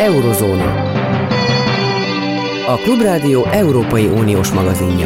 Eurozóna. A Klubrádió Európai Uniós magazinja.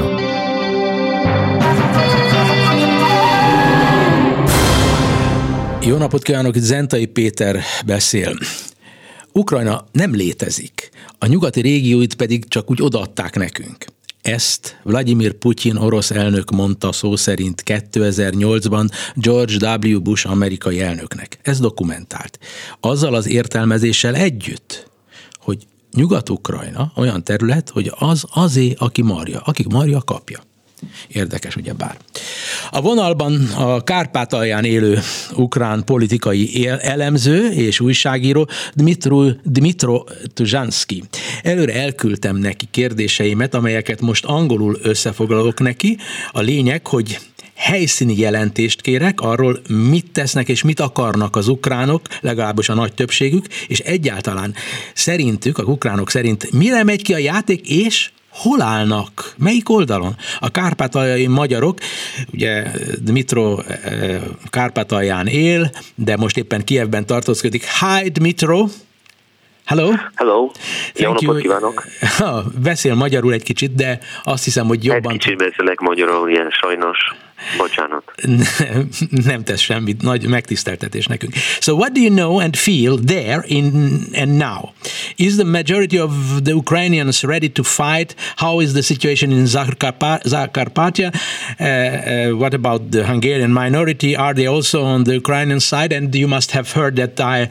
Jó napot kívánok, itt Zentai Péter beszél. Ukrajna nem létezik, a nyugati régióit pedig csak úgy odaadták nekünk. Ezt Vladimir Putyin orosz elnök mondta szó szerint 2008-ban George W. Bush amerikai elnöknek. Ez dokumentált. Azzal az értelmezéssel együtt, hogy Nyugat-Ukrajna olyan terület, hogy azé, aki marja, kapja. Érdekes, ugyebár. A vonalban a Kárpátalján élő ukrán politikai elemző és újságíró Dmytro Tuzhanszky. Előre elküldtem neki kérdéseimet, amelyeket most angolul összefoglalok neki. A lényeg, hogy helyszíni jelentést kérek arról, mit tesznek és mit akarnak az ukránok, legalábbis a nagy többségük, és egyáltalán szerintük, a ukránok szerint mire megy ki a játék, és hol állnak? Melyik oldalon? A kárpátaljai magyarok, ugye Dmytro Kárpátalján él, de most éppen Kijevben tartózkodik. Hi, Dmytro! Hello! Hello! Jó napot kívánok! Beszél magyarul egy kicsit, de azt hiszem, hogy jobban... Egy kicsit beszélek magyarul, ilyen sajnos. Bocsánat. Nem tesz semmit, nagy megtiszteltetés nekünk. So what do you know and feel there and now? Is the majority of the Ukrainians ready to fight? How is the situation in Zakarpattia? What about the Hungarian minority? Are they also on the Ukrainian side? And you must have heard that I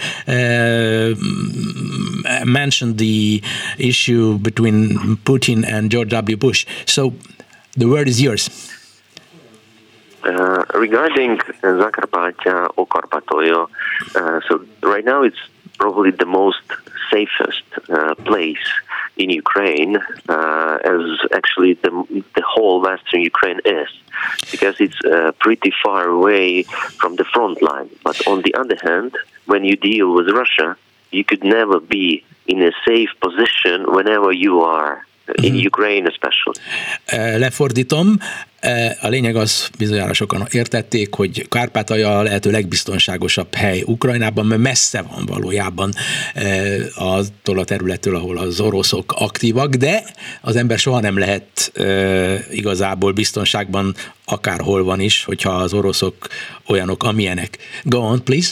mentioned the issue between Putin and George W. Bush. So the word is yours. Regarding Zakarpattia or Karpatolia, so right now it's probably the most safest place in Ukraine, as actually the whole Western Ukraine is, because it's pretty far away from the front line. But on the other hand, when you deal with Russia, you could never be in a safe position whenever you are. In Ukraine especially. Lefordítom, a lényeg az, bizonyára sokan értették, hogy Kárpátalja a lehető legbiztonságosabb hely Ukrajnában, mert messze van valójában attól a területtől, ahol az oroszok aktívak, de az ember soha nem lehet igazából biztonságban akárhol van is, hogyha az oroszok olyanok, amilyenek. Go on, please.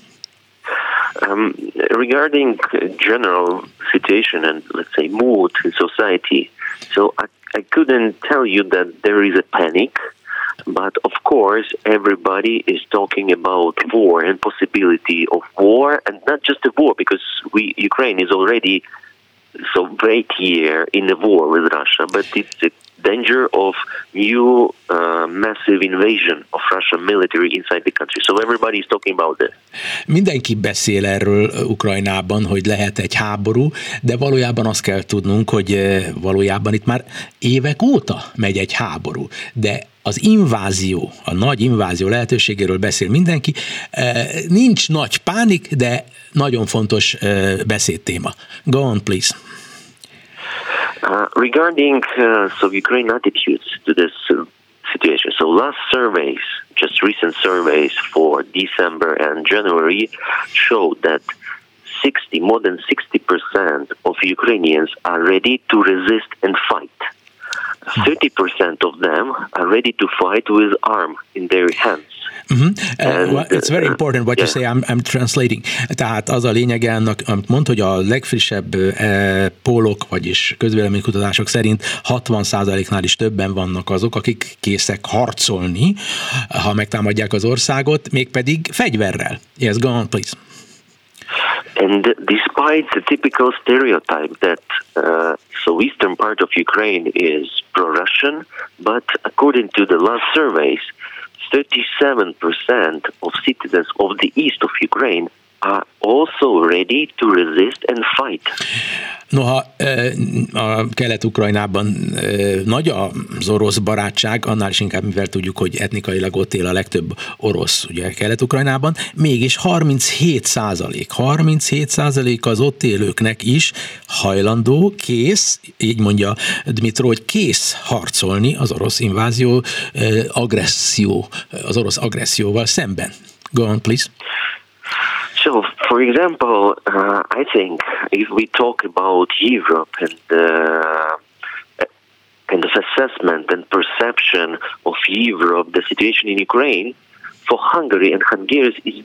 Regarding general situation and, let's say, mood in society, so I couldn't tell you that there is a panic, but of course everybody is talking about war and possibility of war, and not just a war, because Ukraine is already so great year in a war with Russia, but it's a danger of new massive invasion of Russian military inside the country. So everybody is talking about this. Mindenki beszél erről Ukrajnában, hogy lehet egy háború, de valójában azt kell tudnunk, hogy valójában itt már évek óta megy egy háború, de az invázió, a nagy invázió lehetőségéről beszél mindenki. Nincs nagy pánik, de nagyon fontos beszédtéma. Go on, please. Regarding Ukraine attitudes to this situation, so last surveys, just recent surveys for December and January, showed that more than 60% of Ukrainians are ready to resist and fight. 30% of them are ready to fight with arm in their hands. It's very important what you say, I'm translating. Tehát az a lényege annak, amit mond, hogy a legfrissebb pólok, vagyis közvéleménykutatások szerint 60%-nál is többen vannak azok, akik készek harcolni, ha megtámadják az országot, mégpedig fegyverrel. Yes, go on, please. And despite the typical stereotype that eastern part of Ukraine is pro-Russian, but according to the last surveys, 37% of citizens of the east of Ukraine are also ready to resist and fight. Noha a Kelet-Ukrajnában nagy az orosz barátság, annál is inkább, mivel tudjuk, hogy etnikailag ott él a legtöbb orosz, ugye Kelet-Ukrajnában, mégis 37% az ott élőknek is hajlandó, kész, így mondja Dmytro, hogy kész harcolni az orosz invázió, az orosz agresszióval szemben. Go on, please. So For example, I think if we talk about Europe and kind of assessment and perception of Europe, the situation in Ukraine, for Hungary and Hungarians is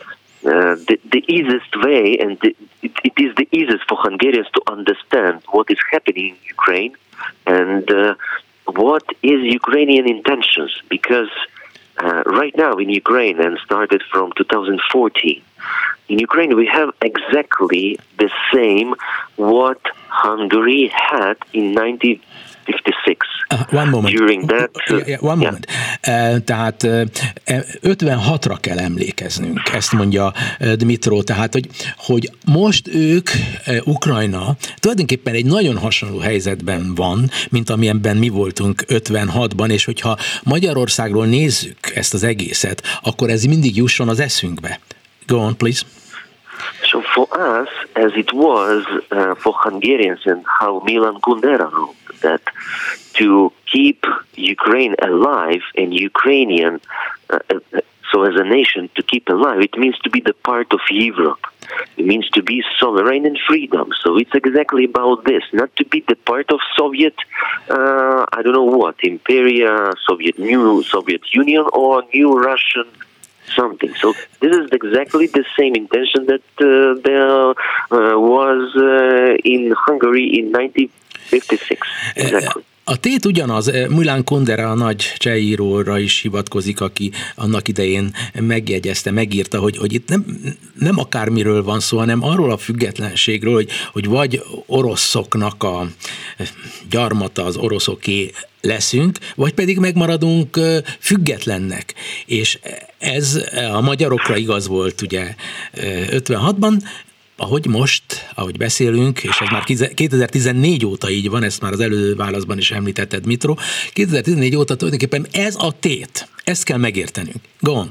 the easiest way, and it is the easiest for Hungarians to understand what is happening in Ukraine and what is Ukrainian intentions. Because right now in Ukraine, and started from 2014, in Ukraine we have exactly the same what Hungary had in 1956. One moment. During that, one moment. Tehát 56-ra kell emlékeznünk, ezt mondja Dmytro, tehát hogy most ők, Ukrajna tulajdonképpen egy nagyon hasonló helyzetben van, mint amilyenben mi voltunk 56-ban, és hogyha Magyarországról nézzük ezt az egészet, akkor ez mindig jusson az eszünkbe. Go on, please. So for us, as it was for Hungarians, and how Milan Kundera wrote, that to keep Ukraine alive and Ukrainian, so as a nation to keep alive, it means to be the part of Europe. It means to be sovereign and freedom. So it's exactly about this, not to be the part of Soviet, I don't know what, Imperia, new Soviet Union, or new Russian something. So this is exactly the same intention that there was in Hungary in 1956. Exactly. A tét ugyanaz, Milan Kundera, a nagy csehíróra is hivatkozik, aki annak idején megjegyezte, megírta, hogy itt nem akármiről van szó, hanem arról a függetlenségről, hogy vagy oroszoknak a gyarmata, az oroszoké leszünk, vagy pedig megmaradunk függetlennek. És ez a magyarokra igaz volt ugye 56-ban, ahogy beszélünk, és ez már 2014 óta így van, ezt már az előválaszban is említetted, Dmytro, 2014 óta tulajdonképpen ez a tét, ezt kell megértenünk. Go on.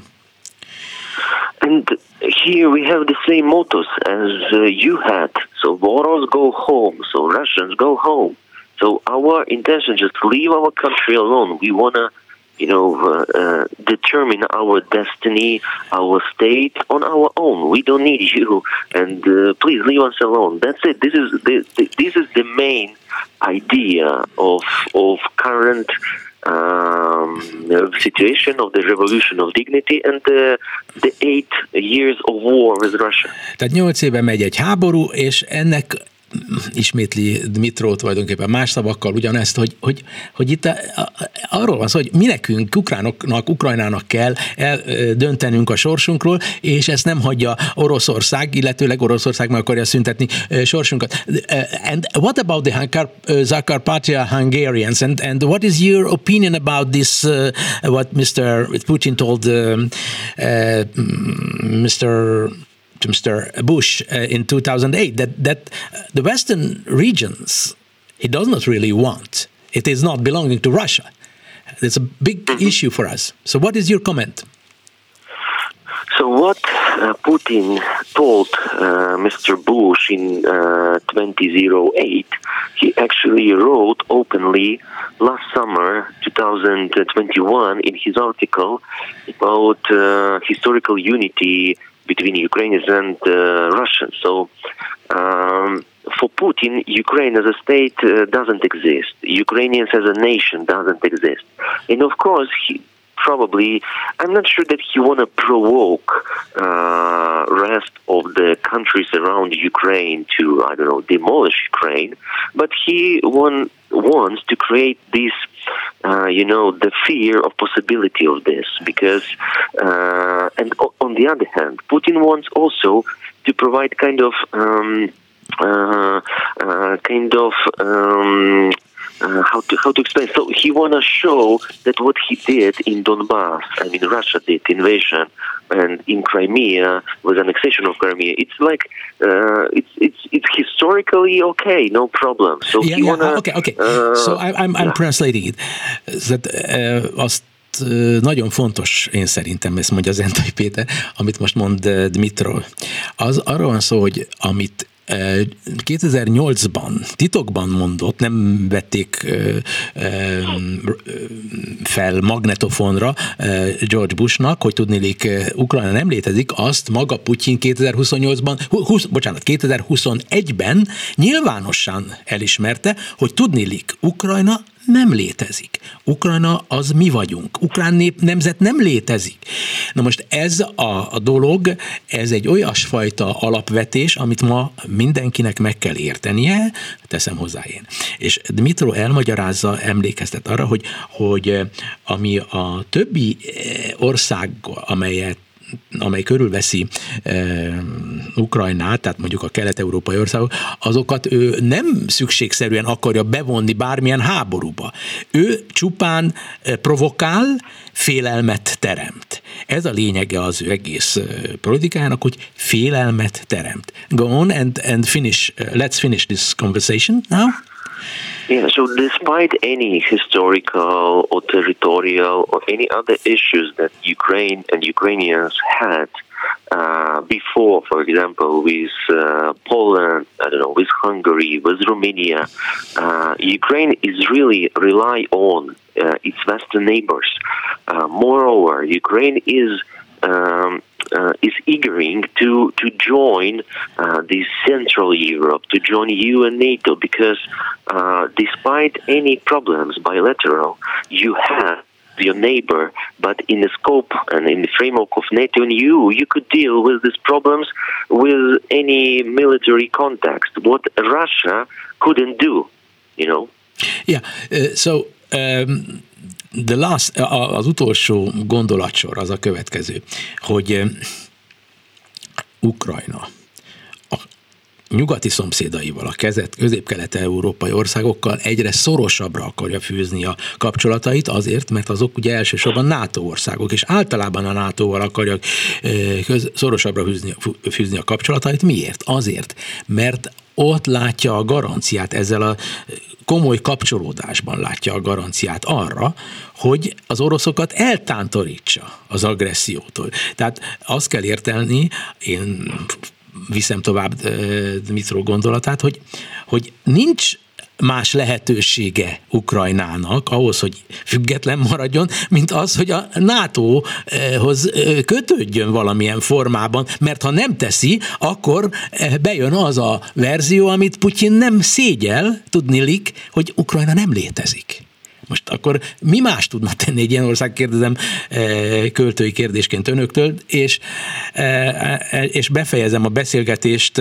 And here we have the same mottos as you had. So Boros go home, so Russians go home. So our intention is just to leave our country alone. We want to determine our destiny, our state on our own. We don't need you, and please leave us alone. That's it. This is the main idea of current situation of the revolution of dignity and the 8 years of war with Russia. Tehát 8 éve megy egy háború, és ennek ismétli Dmytro tulajdonképpen más szavakkal ugyanezt, hogy itt arról van szó, hogy mi nekünk, ukránoknak, Ukrajnának kell döntenünk a sorsunkról, és ezt nem hagyja Oroszország, illetőleg Oroszország meg akarja szüntetni sorsunkat. And what about the Zakarpattia Hungarians, and what is your opinion about this, what Mr. Putin told Mr. Bush in 2008, that the Western regions he does not really want. It is not belonging to Russia. It's a big issue for us. So what is your comment? So what Putin told Mr. Bush in 2008, he actually wrote openly last summer, 2021, in his article about historical unity between Ukrainians and Russians. So for Putin, Ukraine as a state doesn't exist. Ukrainians as a nation doesn't exist. And of course, I'm not sure that he want to provoke rest of the countries around Ukraine to, demolish Ukraine, but he wants to create this, the fear of possibility of this, because, and on the other hand, Putin wants also to provide how to explain? So he want to show that what he did in Donbass, Russia did invasion, and in Crimea was annexation of Crimea. It's like it's historically okay, no problem. So okay. So I'm translating it. Azt nagyon fontos, én szerintem, ezt mondja Zentai Péter, amit most mond Dmytro. Az arról van szó, hogy amit 2008-ban titokban mondott, nem vették fel magnetofonra George Bushnak, hogy tudniillik Ukrajna nem létezik, azt maga Putyin 2021-ben nyilvánosan elismerte, hogy tudniillik Ukrajna nem létezik. Ukrajna az mi vagyunk. Ukrán nemzet nem létezik. Na most ez a dolog, ez egy olyasfajta alapvetés, amit ma mindenkinek meg kell értenie, teszem hozzá én. És Dmytro elmagyarázza, emlékeztet arra, hogy ami a többi ország, amely körülveszi Ukrajnát, tehát mondjuk a kelet-európai országok, azokat ő nem szükségszerűen akarja bevonni bármilyen háborúba. Ő csupán provokál, félelmet teremt. Ez a lényege az ő egész politikájának, hogy félelmet teremt. Go on and finish. Let's finish this conversation now. Yeah, so despite any historical or territorial or any other issues that Ukraine and Ukrainians had before, for example, with Poland, with Hungary, with Romania, Ukraine is really rely on its Western neighbors. Moreover, Ukraine is eagering to join the Central Europe, to join EU and NATO, because despite any problems bilateral, you have your neighbor, but in the scope and in the framework of NATO and EU, you could deal with these problems with any military context, what Russia couldn't do, Yeah, az utolsó gondolatsor az a következő, hogy Ukrajna a nyugati szomszédaival, a közép-kelet-európai országokkal egyre szorosabbra akarja fűzni a kapcsolatait, azért, mert azok ugye elsősorban NATO országok, és általában a NATO-val akarják szorosabbra fűzni a kapcsolatait. Miért? Azért, mert ott látja a garanciát, ezzel a komoly kapcsolódásban látja a garanciát arra, hogy az oroszokat eltántorítsa az agressziótól. Tehát azt kell értelni, én viszem tovább Dmytro gondolatát, hogy nincs más lehetősége Ukrajnának ahhoz, hogy független maradjon, mint az, hogy a NATO-hoz kötődjön valamilyen formában, mert ha nem teszi, akkor bejön az a verzió, amit Putyin nem szégyel, tudniillik, hogy Ukrajna nem létezik. Most akkor mi más tudna tenni egy ilyen ország, kérdezem költői kérdésként önöktől, és befejezem a beszélgetést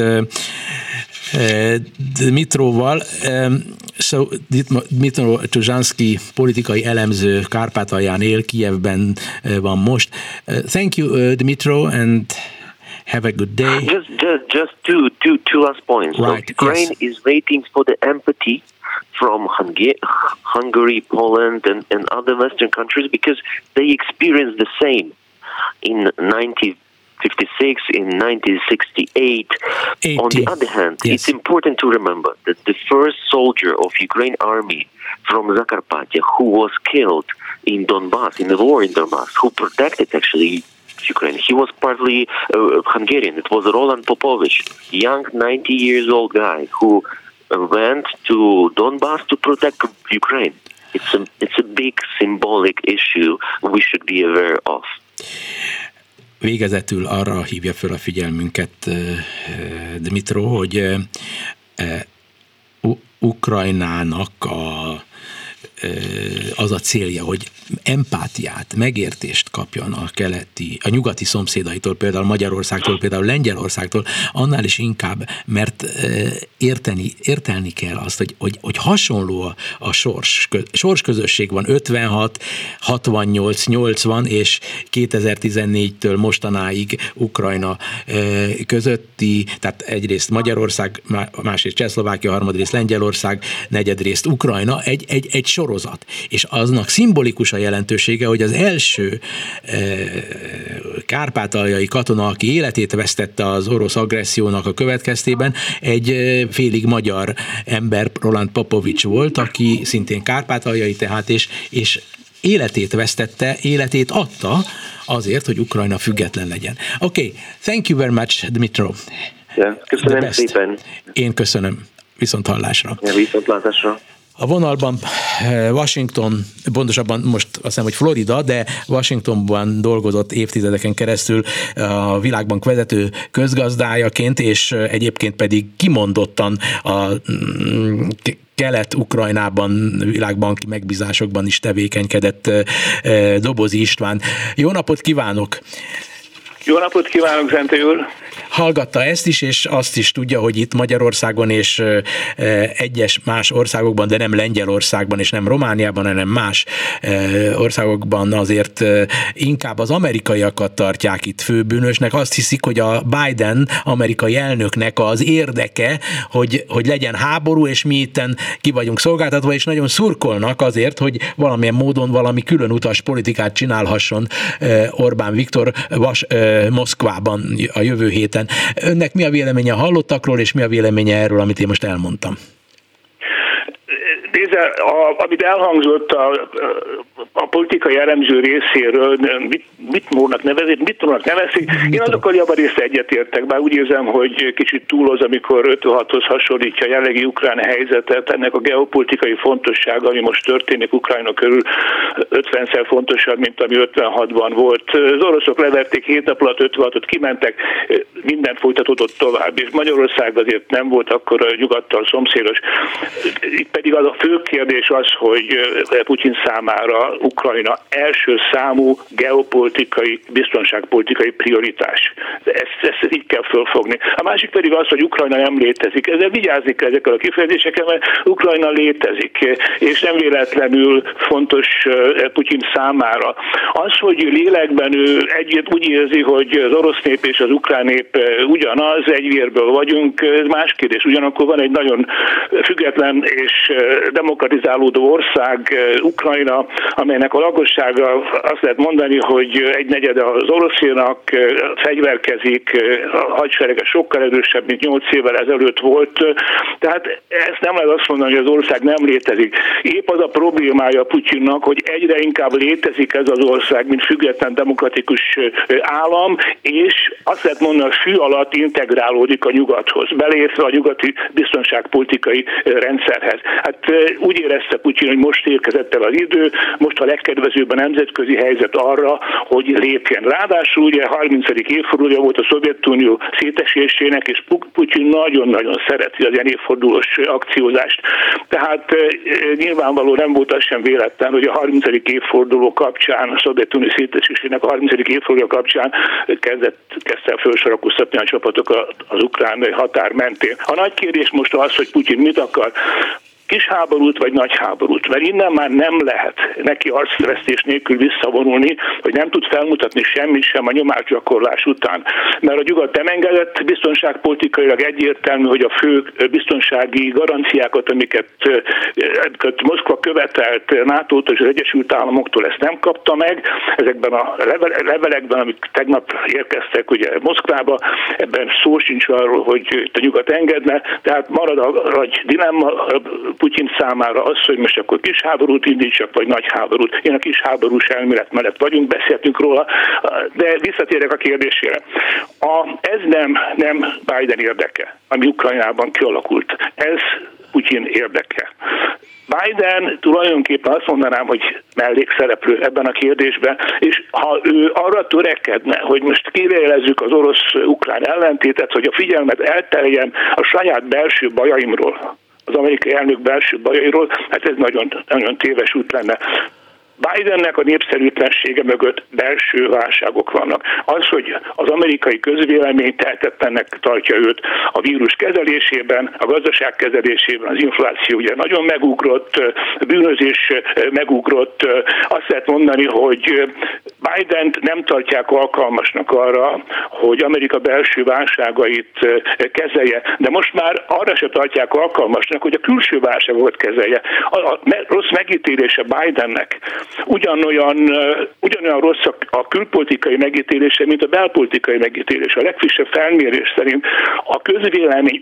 Dmytroval. So Dmytro Tuzsanszky politikai elemző, Kárpátalján él, Kijevben van most. Thank you, Dmytro, and have a good day. Just two last points. Right. So Ukraine is waiting for the empathy from Hungary, Poland, and other Western countries, because they experienced the same in 1956, in 1968. 80. On the other hand, yes. It's important to remember that the first soldier of Ukraine army from Zakarpattia, who was killed in Donbass, in the war in Donbass, who protected actually Ukraine, he was partly Hungarian. It was Roland Popovich, young 90 years old guy who went to Donbass to protect Ukraine. It's a big symbolic issue we should be aware of. Végezetül arra hívja föl a figyelmünket Dmytro, hogy Ukrajnának az a célja, hogy empátiát, megértést kapjon a nyugati szomszédaitól, például Magyarországtól, például Lengyelországtól, annál is inkább, mert értelni kell azt, hogy hasonló a sorsközösség van 56, 68, 80 és 2014-től mostanáig Ukrajna közötti, tehát egyrészt Magyarország, másrészt Csehszlovákia, harmadrészt Lengyelország, negyedrészt Ukrajna, egy sorozat. És aznak szimbolikus a jelentősége, hogy az első kárpátaljai katona, aki életét vesztette az orosz agressziónak a következtében, egy félig magyar ember, Roland Popovich volt, aki szintén kárpátaljai tehát, és életét adta azért, hogy Ukrajna független legyen. Okay, thank you very much, Dmytro. Köszönöm szépen. Én köszönöm. Viszont hallásra. Viszontlátásra. A vonalban Washington, pontosabban most azt hiszem, hogy Florida, de Washingtonban dolgozott évtizedeken keresztül a Világbank vezető közgazdájaként, és egyébként pedig kimondottan a Kelet-Ukrajnában világbanki megbízásokban is tevékenykedett Dobozi István. Jó napot kívánok! Jó napot kívánok, Zente úr! Hallgatta ezt is, és azt is tudja, hogy itt Magyarországon és egyes más országokban, de nem Lengyelországban és nem Romániában, hanem más országokban azért inkább az amerikaiakat tartják itt főbűnösnek. Azt hiszik, hogy a Biden amerikai elnöknek az érdeke, hogy legyen háború, és mi itten ki vagyunk szolgáltatva, és nagyon szurkolnak azért, hogy valamilyen módon valami külön utas politikát csinálhasson Orbán Viktor Moszkvában a jövő héten. Önnek mi a véleménye a hallottakról, és mi a véleménye erről, amit én most elmondtam? Nézze, amit elhangzott a politikai elemző részéről, mit tudnak nevezik, én azokkal javarészt egyetértek, bár úgy érzem, hogy kicsit túloz, amikor 56-hoz hasonlítja a jelenlegi ukrán helyzetet, ennek a geopolitikai fontossága, ami most történik Ukrajna körül 50-szer fontosabb, mint ami 56-ban volt. Az oroszok leverték 7 nap alatt 56-ot, kimentek, minden folytatódott tovább, és Magyarország azért nem volt akkor a nyugattal szomszédos. Itt pedig az a fő kérdés az, hogy Putyin számára Ukrajna első számú geopolitikai, biztonságpolitikai prioritás. Ezt így kell fölfogni. A másik pedig az, hogy Ukrajna nem létezik. Ezzel vigyázni kell ezekkel a kifejezésekkel, mert Ukrajna létezik, és nem véletlenül fontos Putyin számára. Az, hogy lélekben ő úgy érzi, hogy az orosz nép és az ukrán nép ugyanaz, egy vérből vagyunk, ez más kérdés. Ugyanakkor van egy nagyon független és demokratizálódó ország, Ukrajna, amelynek a lakossága azt lehet mondani, hogy egy negyede az oroszénak fegyverkezik, a hadserege sokkal erősebb, mint 8 évvel ezelőtt volt. Tehát ezt nem lehet azt mondani, hogy az ország nem létezik. Épp az a problémája Putyinnak, hogy egyre inkább létezik ez az ország, mint független demokratikus állam, és azt lehet mondani, hogy fű alatt integrálódik a nyugathoz, beleértve a nyugati biztonságpolitikai rendszerhez. Hát úgy érezte Putyin, hogy most érkezett el az idő, most a legkedvezőbb a nemzetközi helyzet arra, hogy lépjen. Ráadásul ugye 30. évfordulója volt a Szovjetunió szétesésének, és Putyin nagyon-nagyon szereti az ilyen évfordulós akciózást. Tehát nyilvánvaló nem volt az sem véletlen, hogy a 30. évforduló kapcsán, a Szovjetunió szétesésének a 30. évforduló kapcsán kezdte el felsorakoztatni a csapatokat az ukrán határ mentén. A nagy kérdés most az, hogy Putyin mit akar. Kis háborút vagy nagy háborút, mert innen már nem lehet neki arcvesztés nélkül visszavonulni, hogy nem tud felmutatni semmit sem a nyomásgyakorlás után. Mert a nyugat nem engedett, biztonságpolitikailag egyértelmű, hogy a fő biztonsági garanciákat, amiket Moszkva követelt NATO-tól és az Egyesült Államoktól, ezt nem kapta meg. Ezekben a levelekben, amik tegnap érkeztek ugye Moszkvába, ebben szó sincs arról, hogy a nyugat engedne, tehát marad a nagy dilemma Putyin számára az, hogy most akkor kis háborút indítsak, vagy nagy háborút. Én a kis háborús elmélet mellett vagyunk, beszéltünk róla, de visszatérek a kérdésére. Ez nem Biden érdeke, ami Ukrajnában kialakult. Ez Putyin érdeke. Biden tulajdonképpen azt mondanám, hogy mellékszereplő ebben a kérdésben, és ha ő arra törekedne, hogy most kivégelezzük az orosz-ukrán ellentétet, hogy a figyelmet eltereljen a saját belső bajaimról, az amerikai elnök belső bajairól, hát ez nagyon, nagyon téves út lenne. Bidennek a népszerűtlensége mögött belső válságok vannak. Az, hogy az amerikai közvélemény tehetetlennek tartja őt a vírus kezelésében, a gazdaság kezelésében, az infláció ugye nagyon megugrott, a bűnözés megugrott. Azt lehet mondani, hogy Bident nem tartják alkalmasnak arra, hogy Amerika belső válságait kezelje, de most már arra se tartják alkalmasnak, hogy a külső válságokat kezelje. A rossz megítélése Bidennek ugyanolyan rossz a külpolitikai megítélése, mint a belpolitikai megítélése. A legfrissebb felmérés szerint a közvélemény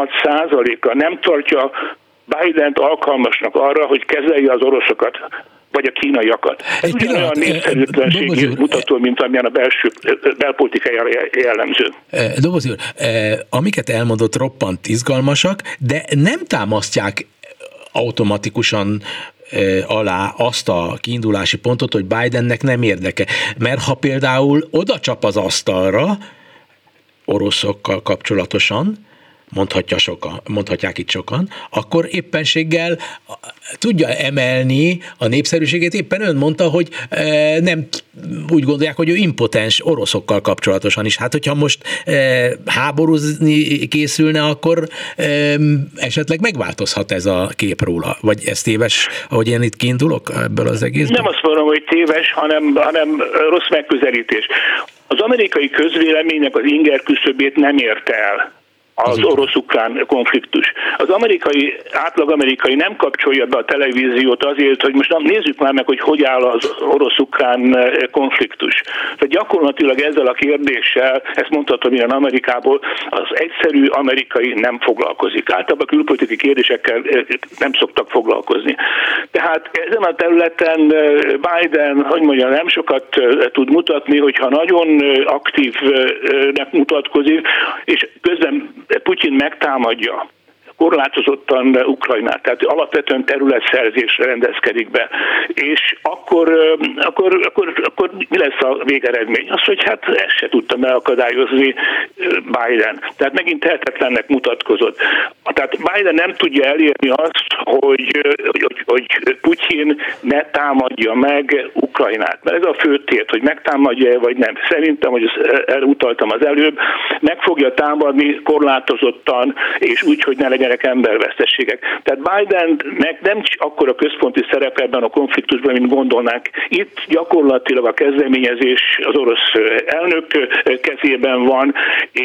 56%-a nem tartja Bident alkalmasnak arra, hogy kezelje az oroszokat. vagy a kínaiakat. Ez ugyanolyan népszerűtlenségi mutató, mint amilyen a belpolitikai jellemző. Dobozi úr, amiket elmondott roppant izgalmasak, de nem támasztják automatikusan alá azt a kiindulási pontot, hogy Bidennek nem érdeke. Mert ha például oda csap az asztalra oroszokkal kapcsolatosan, mondhatják itt sokan, akkor éppenséggel tudja emelni a népszerűségét. Éppen ön mondta, hogy nem úgy gondolják, hogy ő impotens oroszokkal kapcsolatosan is. Hát, hogyha most háborúzni készülne, akkor esetleg megváltozhat ez a kép róla. Vagy ez téves, ahogy én itt kiindulok ebből az egészből? Nem azt mondom, hogy téves, hanem rossz megközelítés. Az amerikai közvéleménynek az inger küszöbét nem érte el az orosz-ukrán konfliktus. Az átlag-amerikai nem kapcsolja be a televíziót azért, hogy most nézzük már meg, hogy áll az orosz-ukrán konfliktus. Tehát gyakorlatilag ezzel a kérdéssel, ezt mondhatom ilyen Amerikából, az egyszerű amerikai nem foglalkozik. Általában külpolitikai kérdésekkel nem szoktak foglalkozni. Tehát ezen a területen Biden, nem sokat tud mutatni, hogyha nagyon aktívnek mutatkozik, és közben Putyin megtámadja korlátozottan Ukrajnát, tehát alapvetően területszerzésre rendezkedik be. És akkor mi lesz a végeredmény? Az, hogy hát ezt se tudta megakadályozni Biden. Tehát megint tehetetlennek mutatkozott. Tehát Biden nem tudja elérni azt, hogy Putyin ne támadja meg Ukrajnát. Mert ez a fő tét, hogy megtámadja vagy nem. Szerintem, hogy erre utaltam az előbb, meg fogja támadni korlátozottan, és úgy, hogy ne legyenek emberveszteségek. Tehát Bidennek nem akkor a központi szerepe ebben a konfliktusban, mint gondolnánk. Itt gyakorlatilag a kezdeményezés az orosz elnök kezében van,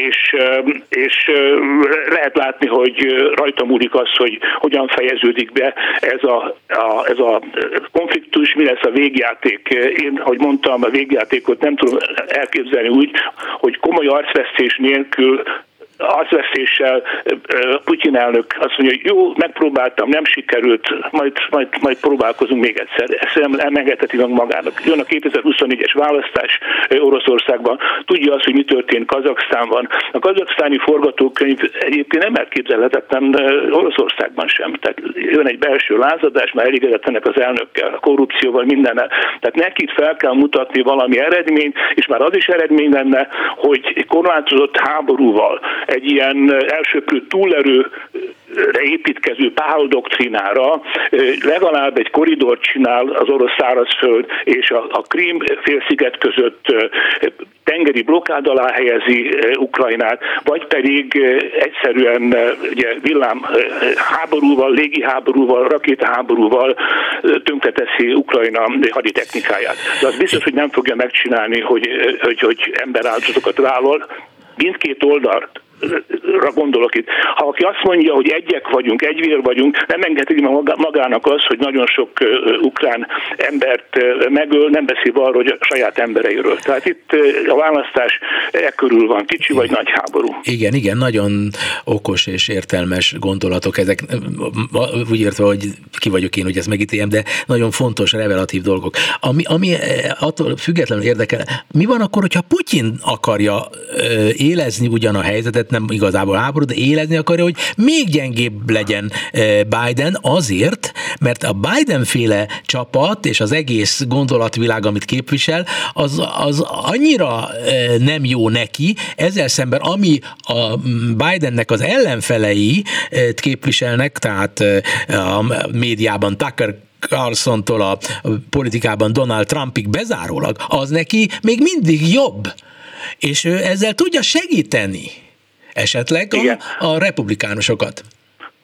és lehet látni, hogy rajta múlik az, hogy hogyan fejeződik be ez a konfliktus, mi lesz a végjáték. Én, ahogy mondtam, a végjátékot nem tudom elképzelni úgy, hogy komoly arcvesztés nélkül, arcvesztéssel Putyin elnök azt mondja, hogy jó, megpróbáltam, nem sikerült, majd próbálkozunk még egyszer. Ezt nem engedheti meg magának. Jön a 2024-es választás Oroszországban, tudja azt, hogy mi történt Kazaksztánban. A kazaksztáni forgatókönyv egyébként nem elképzelhetetlen Oroszországban sem. Tehát jön egy belső lázadás, már elégedetlenek az elnökkel, a korrupcióval, mindennel. Tehát nekik fel kell mutatni valami eredményt, és már az is eredmény lenne, hogy korlátozott háborúval, egy ilyen elsöprő túlerőre építkező Pál doktrínára legalább egy koridort csinál az orosz szárazföld és a Krím félsziget között tengeri blokkád alá helyezi Ukrajnát, vagy pedig egyszerűen ugye, villámháborúval, légiháborúval, rakétaháborúval tönkreteszi Ukrajna haditechnikáját. De az biztos, hogy nem fogja megcsinálni, hogy emberáldozatokat vállal. Mindkét oldalt gondolok itt. Ha aki azt mondja, hogy egyvér vagyunk, nem engedheti magának az, hogy nagyon sok ukrán embert megöl, nem beszél arról, hogy a saját embereiről. Tehát itt a választás körül van, kicsi vagy nagy háború. Igen, nagyon okos és értelmes gondolatok ezek. Úgy értve, hogy ki vagyok én, hogy ezt megítéljem, de nagyon fontos, revelatív dolgok. Ami attól függetlenül érdekel, mi van akkor, hogyha Putyin akarja élezni ugyan a helyzetet, nem igazából háború, de élezni akarja, hogy még gyengébb legyen Biden azért, mert a Biden-féle csapat és az egész gondolatvilág, amit képvisel, az annyira nem jó neki, ezzel szemben ami a Bidennek az ellenfelei képviselnek, tehát a médiában Tucker Carlsontól a politikában Donald Trumpig bezárólag, az neki még mindig jobb. És ő ezzel tudja segíteni esetleg a republikánusokat.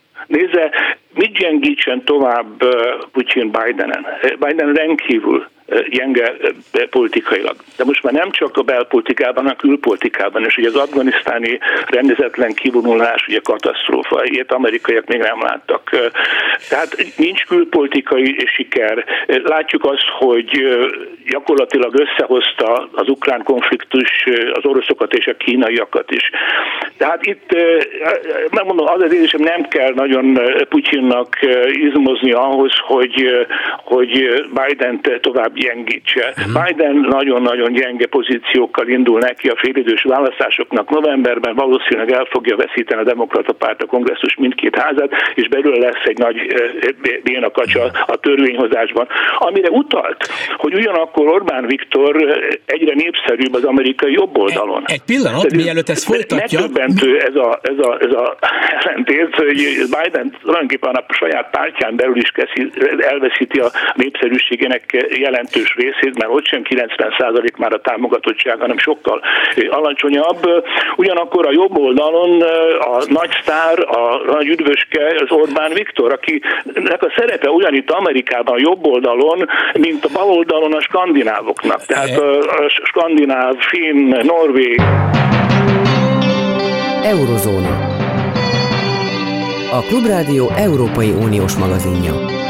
Nézze, mit gyengítsen tovább Putyin Bidenen? Biden rendkívül gyenge politikailag. De most már nem csak a belpolitikában, hanem a külpolitikában is. Ugye az afganisztáni rendezetlen kivonulás, ugye katasztrófa, ilyet amerikaiak még nem láttak. Tehát nincs külpolitikai siker. Látjuk azt, hogy gyakorlatilag összehozta az ukrán konfliktus az oroszokat és a kínaiakat is. Tehát itt, megmondom, az érzésem, nem kell nagyon Putyinnak izmozni ahhoz, hogy Bident tovább gyengítse. Biden nagyon-nagyon gyenge pozíciókkal indul neki a félidős választásoknak. Novemberben valószínűleg el fogja veszíteni a Demokrata Párt a kongresszus mindkét házát, és belőle lesz egy nagy bénakacsa a törvényhozásban. Amire utalt, hogy ugyanakkor Orbán Viktor egyre népszerűbb az amerikai jobboldalon. Egy pillanat, mielőtt ezt folytatja. Megdöbbentő ez a ellentét, hogy Biden tulajdonképpen a saját pártján belül is elveszíti a népszerűségének jelentős részét, mert ott sem 90% már a támogatottság, hanem sokkal alacsonyabb. Ugyanakkor a jobb oldalon a nagy sztár, a nagy üdvöske az Orbán Viktor, akinek a szerepe ugyanitt Amerikában a jobb oldalon, mint a bal oldalon a skandinávoknak. Tehát a skandináv, finn, norvég. Eurozóna. A Klubrádió Európai Uniós magazinja.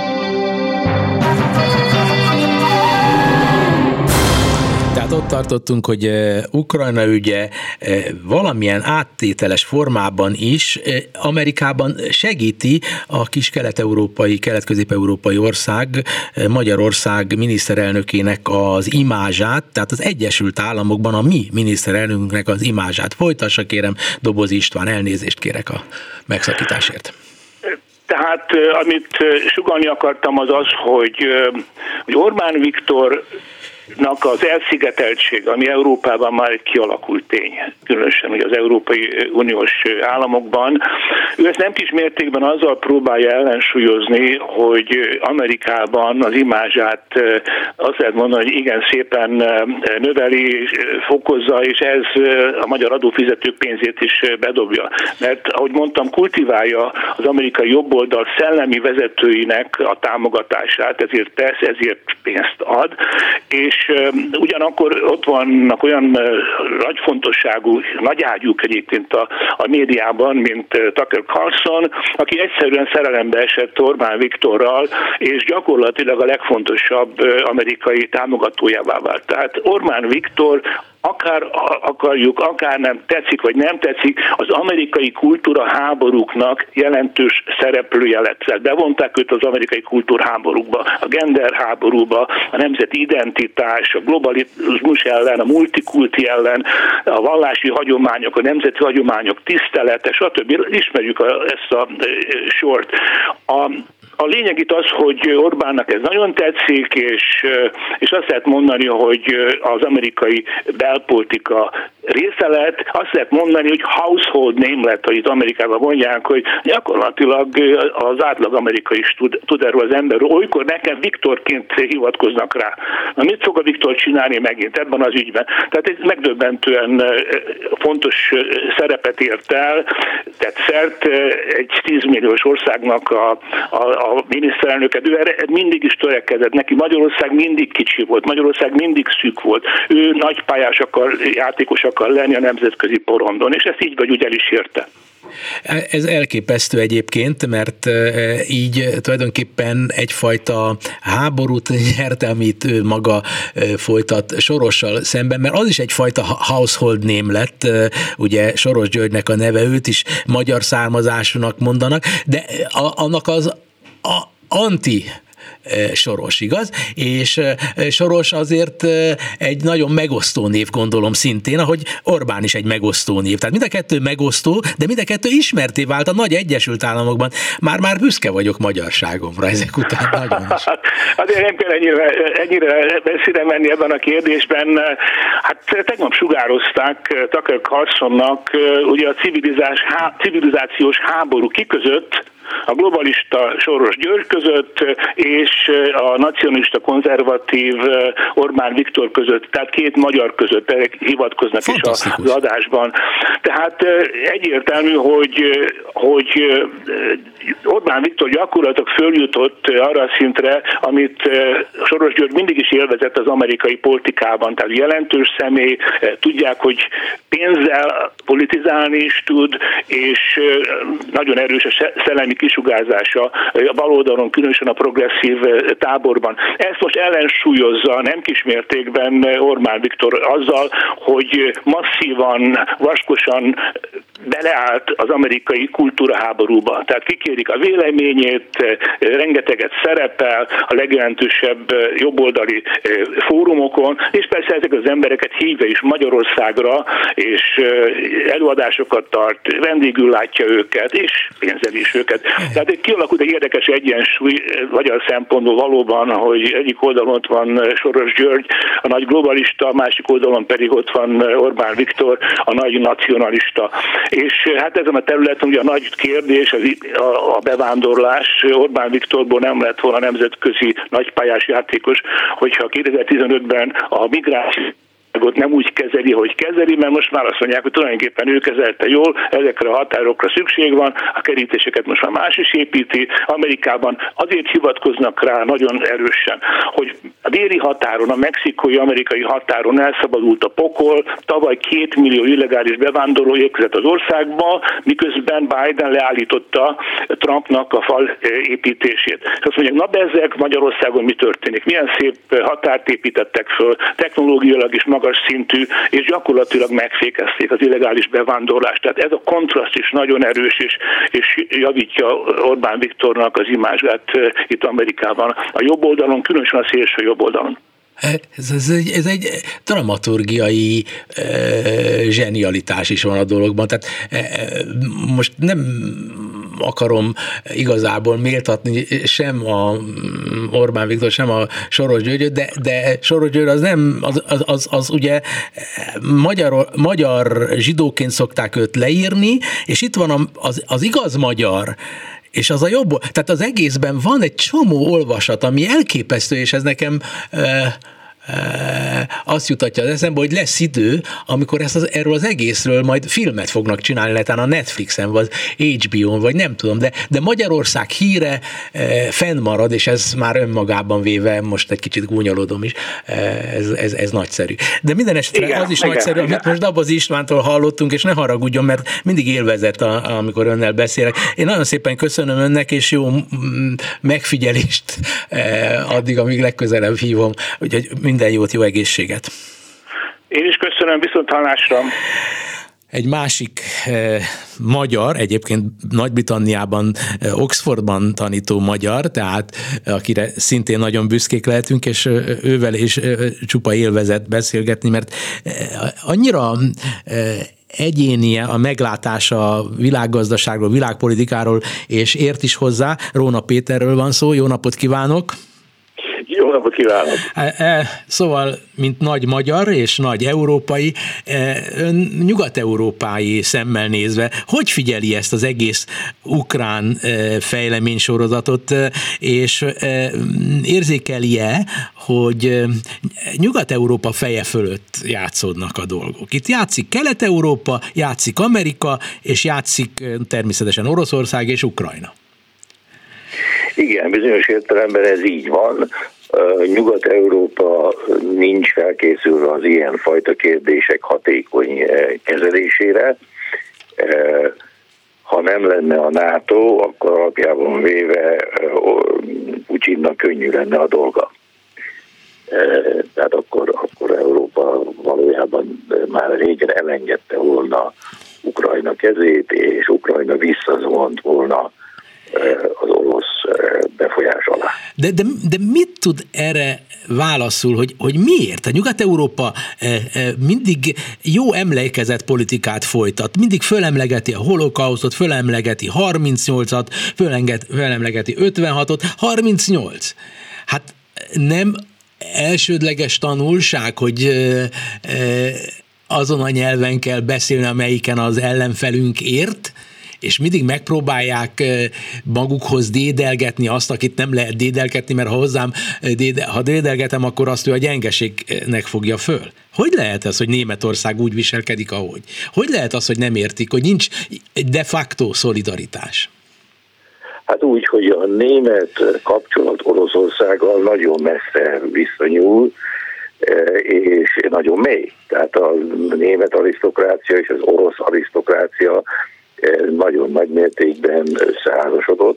Tehát ott tartottunk, hogy Ukrajna ügye valamilyen áttételes formában is Amerikában segíti a kis kelet-közép-európai ország, Magyarország miniszterelnökének az imázsát, tehát az Egyesült Államokban a mi miniszterelnökünknek az imázsát. Folytassa kérem, Doboz István, elnézést kérek a megszakításért. Tehát amit sugallni akartam az, hogy Orbán Viktor az elszigeteltség, ami Európában már egy kialakult tény, különösen ugye az Európai Uniós államokban. Ő ezt nem kis mértékben azzal próbálja ellensúlyozni, hogy Amerikában az imázsát azt lehet mondani, hogy igen szépen növeli, fokozza, és ez a magyar adófizetők pénzét is bedobja. Mert ahogy mondtam, kultiválja az amerikai jobboldal szellemi vezetőinek a támogatását, ezért tesz, ezért pénzt ad, és ugyanakkor ott vannak olyan nagy fontosságú, nagy ágyúk egyébként a médiában, mint Tucker Carlson, aki egyszerűen szerelembe esett Orbán Viktorral, és gyakorlatilag a legfontosabb amerikai támogatójává vált. Tehát Orbán Viktor akár akarjuk, akár nem tetszik, vagy nem tetszik, az amerikai kultúra háborúknak jelentős szereplője lett. Bevonták őt az amerikai kultúrháborúkba, a gender háborúba, a nemzeti identitás, a globalizmus ellen, a multikulti ellen, a vallási hagyományok, a nemzeti hagyományok tisztelete, stb. Ismerjük ezt a sort. A lényeg itt az, hogy Orbánnak ez nagyon tetszik, és azt lehet mondani, hogy az amerikai belpolitika része lett, azt lehet mondani, hogy household name lett, hogy itt Amerikában mondják, hogy gyakorlatilag az átlag amerikai is tud erről az emberről. Olykor nekem Viktorként hivatkoznak rá. Na mit fog a Viktor csinálni megint ebben az ügyben? Tehát ez megdöbbentően fontos szerepet ért el, tehát szert egy 10 milliós országnak a miniszterelnöket, ő erre mindig is törekedett, neki Magyarország mindig kicsi volt, Magyarország mindig szűk volt, ő nagypályás játékos akar lenni a nemzetközi porondon, és ezt így vagy úgy el is érte. Ez elképesztő egyébként, mert így tulajdonképpen egyfajta háborút nyert, amit ő maga folytat Sorossal szemben, mert az is egyfajta household name lett, ugye Soros Györgynek a neve, őt is magyar származásúnak mondanak, de annak az anti Soros, igaz? És Soros azért egy nagyon megosztó név, gondolom szintén, ahogy Orbán is egy megosztó név. Tehát mind a kettő megosztó, de mind a kettő ismerté vált a nagy Egyesült Államokban. Már büszke vagyok magyarságomra ezek után nagyon is. Azért nem kell ennyire messzire menni ebben a kérdésben. Hát tegnap sugározták Tucker Carlsonnak ugye a civilizációs háború kiközött a globalista Soros György között és a nacionalista konzervatív Orbán Viktor között, tehát két magyar között, erre hivatkoznak is az adásban. Tehát egyértelmű, hogy Orbán Viktor gyakorlatilag följutott arra a szintre, amit Soros György mindig is élvezett az amerikai politikában, tehát jelentős személy, tudják, hogy pénzzel politizálni is tud, és nagyon erős a szellemi kisugárzása a baloldalon, különösen a progresszív táborban. Ezt most ellensúlyozza nem kismértékben Orbán Viktor azzal, hogy masszívan, vaskosan beleállt az amerikai kultúraháborúba. Tehát kikérik a véleményét, rengeteget szerepel a legjelentősebb jobboldali fórumokon, és persze ezek az embereket hívja is Magyarországra, és előadásokat tart, vendégül látja őket, és pénzeli is őket. Tehát itt kialakult egy érdekes egyensúly magyar szempontból valóban, hogy egyik oldalon ott van Soros György, a nagy globalista, a másik oldalon pedig ott van Orbán Viktor, a nagy nacionalista. És hát ezen a területen ugye a nagy kérdés a bevándorlás. Orbán Viktorból nem lett volna nemzetközi nagypályás játékos, hogyha 2015-ben a migrációt nem úgy kezeli, hogy kezeli, mert most már azt mondják, hogy tulajdonképpen ő kezelte jól, ezekre a határokra szükség van, a kerítéseket most már más is építi. Amerikában azért hivatkoznak rá nagyon erősen, hogy a déli határon, a mexikói-amerikai határon elszabadult a pokol, tavaly 2 millió illegális bevándorló érkezett az országba, miközben Biden leállította Trumpnak a fal építését. És azt mondják, na bezzeg, Magyarországon mi történik? Milyen szép határt építettek föl, technológiailag is magas szintű, és gyakorlatilag megfékezték az illegális bevándorlást. Tehát ez a kontraszt is nagyon erős, és javítja Orbán Viktornak az imázsát itt Amerikában. A jobb oldalon, különösen a szélső jobb oldalon. Ez egy dramaturgiai zsenialitás is van a dologban, tehát most nem akarom igazából méltatni sem a Orbán Viktor, sem a Soros Györgyöt, de Soros György az nem, az ugye magyar zsidóként szokták őt leírni, és itt van az igaz magyar, és az a jobb, tehát az egészben van egy csomó olvasat, ami elképesztő, és ez nekem azt jutatja az eszembe, hogy lesz idő, amikor erről az egészről majd filmet fognak csinálni, lehetően a Netflixen, vagy HBO-n, vagy nem tudom, de Magyarország híre fennmarad, és ez már önmagában véve, most egy kicsit gúnyolódom is, ez nagyszerű. De minden esetre igen, az is igen, nagyszerű, igen. Amit most Dabazi Istvántól hallottunk, és ne haragudjon, mert mindig élvezett, amikor önnel beszélek. Én nagyon szépen köszönöm önnek, és jó megfigyelést addig, amíg legközelebb hívom, úgyhogy minden jót, jó egészséget! Én is köszönöm, viszonthallásra! Egy másik magyar, egyébként Nagy-Britanniában, Oxfordban tanító magyar, tehát akire szintén nagyon büszkék lehetünk, és ővel is csupa élvezet beszélgetni, mert annyira egyénie a meglátása a világgazdaságról, világpolitikáról, és ért is hozzá. Róna Péterről van szó, jó napot kívánok! Jó napot kívánok! Szóval, mint nagy magyar és nagy európai, ön nyugat-európai szemmel nézve, hogy figyeli ezt az egész ukrán fejleménysorozatot, és érzékeli-e, hogy Nyugat-Európa feje fölött játszódnak a dolgok? Itt játszik Kelet-Európa, játszik Amerika, és játszik természetesen Oroszország és Ukrajna. Igen, bizonyos értelemben ez így van. Nyugat-Európa nincs felkészülve az ilyen fajta kérdések hatékony kezelésére. Ha nem lenne a NATO, akkor alapjában véve Putyinnak könnyű lenne a dolga. Tehát akkor Európa valójában már régen elengedte volna Ukrajna kezét, és Ukrajna visszazvont volna az orosz befolyás alá. De mit tud erre válaszul, hogy miért? A Nyugat-Európa mindig jó emlékezett politikát folytat, mindig fölemlegeti a holokausztot, fölemlegeti 38-at, fölemlegeti 56-ot, 38. Hát nem elsődleges tanulság, hogy azon a nyelven kell beszélni, amelyiken az ellenfelünk ért, és mindig megpróbálják magukhoz dédelgetni azt, akit nem lehet dédelgetni, mert ha dédelgetem, akkor azt ő a gyengeségnek fogja föl. Hogy lehet ez, hogy Németország úgy viselkedik, ahogy? Hogy lehet az, hogy nem értik, hogy nincs de facto szolidaritás? Hát úgy, hogy a német kapcsolat Oroszországgal nagyon messze visszanyúl, és nagyon mély. Tehát a német arisztokrácia és az orosz arisztokrácia nagyon nagy mértékben összeházasodott,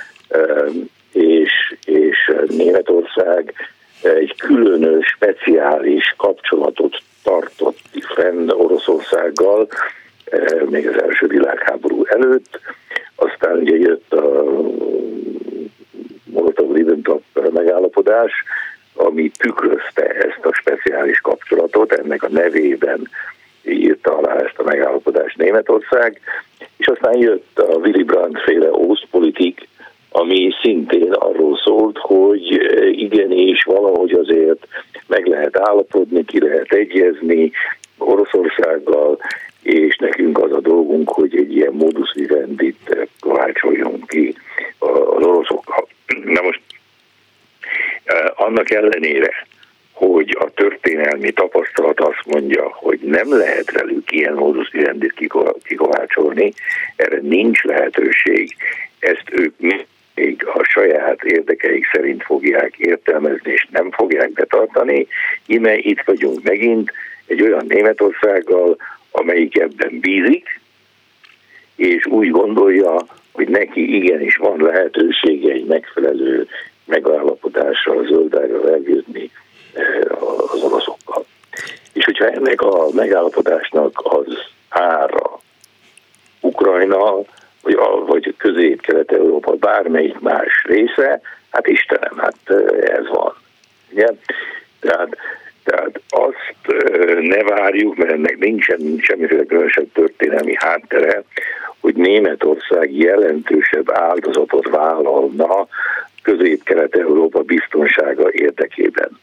és Németország egy különös, speciális kapcsolatot tartott fenn Oroszországgal, még az első világháború előtt. Aztán ugye jött a Molotov-Ribbentrop megállapodás, ami tükrözte ezt a speciális kapcsolatot, ennek a nevében írta alá ezt a megállapodást Németország, és aztán jött a Willy Brandt-féle Ostpolitik, ami szintén arról szólt, hogy igenis valahogy azért meg lehet állapodni, ki lehet egyezni Oroszországgal, és nekünk az a dolgunk, hogy egy ilyen modus vivendit kovácsoljunk ki az oroszokkal. Na most annak ellenére, hogy a történelmi tapasztalat azt mondja, hogy nem lehet velük ilyen modus vivendit kikovácsolni, erre nincs lehetőség, ezt ők még a saját érdekeik szerint fogják értelmezni, és nem fogják betartani. Íme itt vagyunk megint egy olyan Németországgal, amelyik ebben bízik, és úgy gondolja, hogy neki igenis van lehetősége egy megfelelő megállapodással, zöldárral elgyőzni az oroszokkal. És hogyha ennek a megállapodásnak az ára Ukrajna, vagy Közép-Kelet-Európa bármelyik más része, hát Istenem, hát ez van. Ugye? Tehát azt ne várjuk, mert ennek nincsen semmiféle különösebb történelmi háttere, hogy Németország jelentősebb áldozatot vállalna Közép-Kelet-Európa biztonsága érdekében.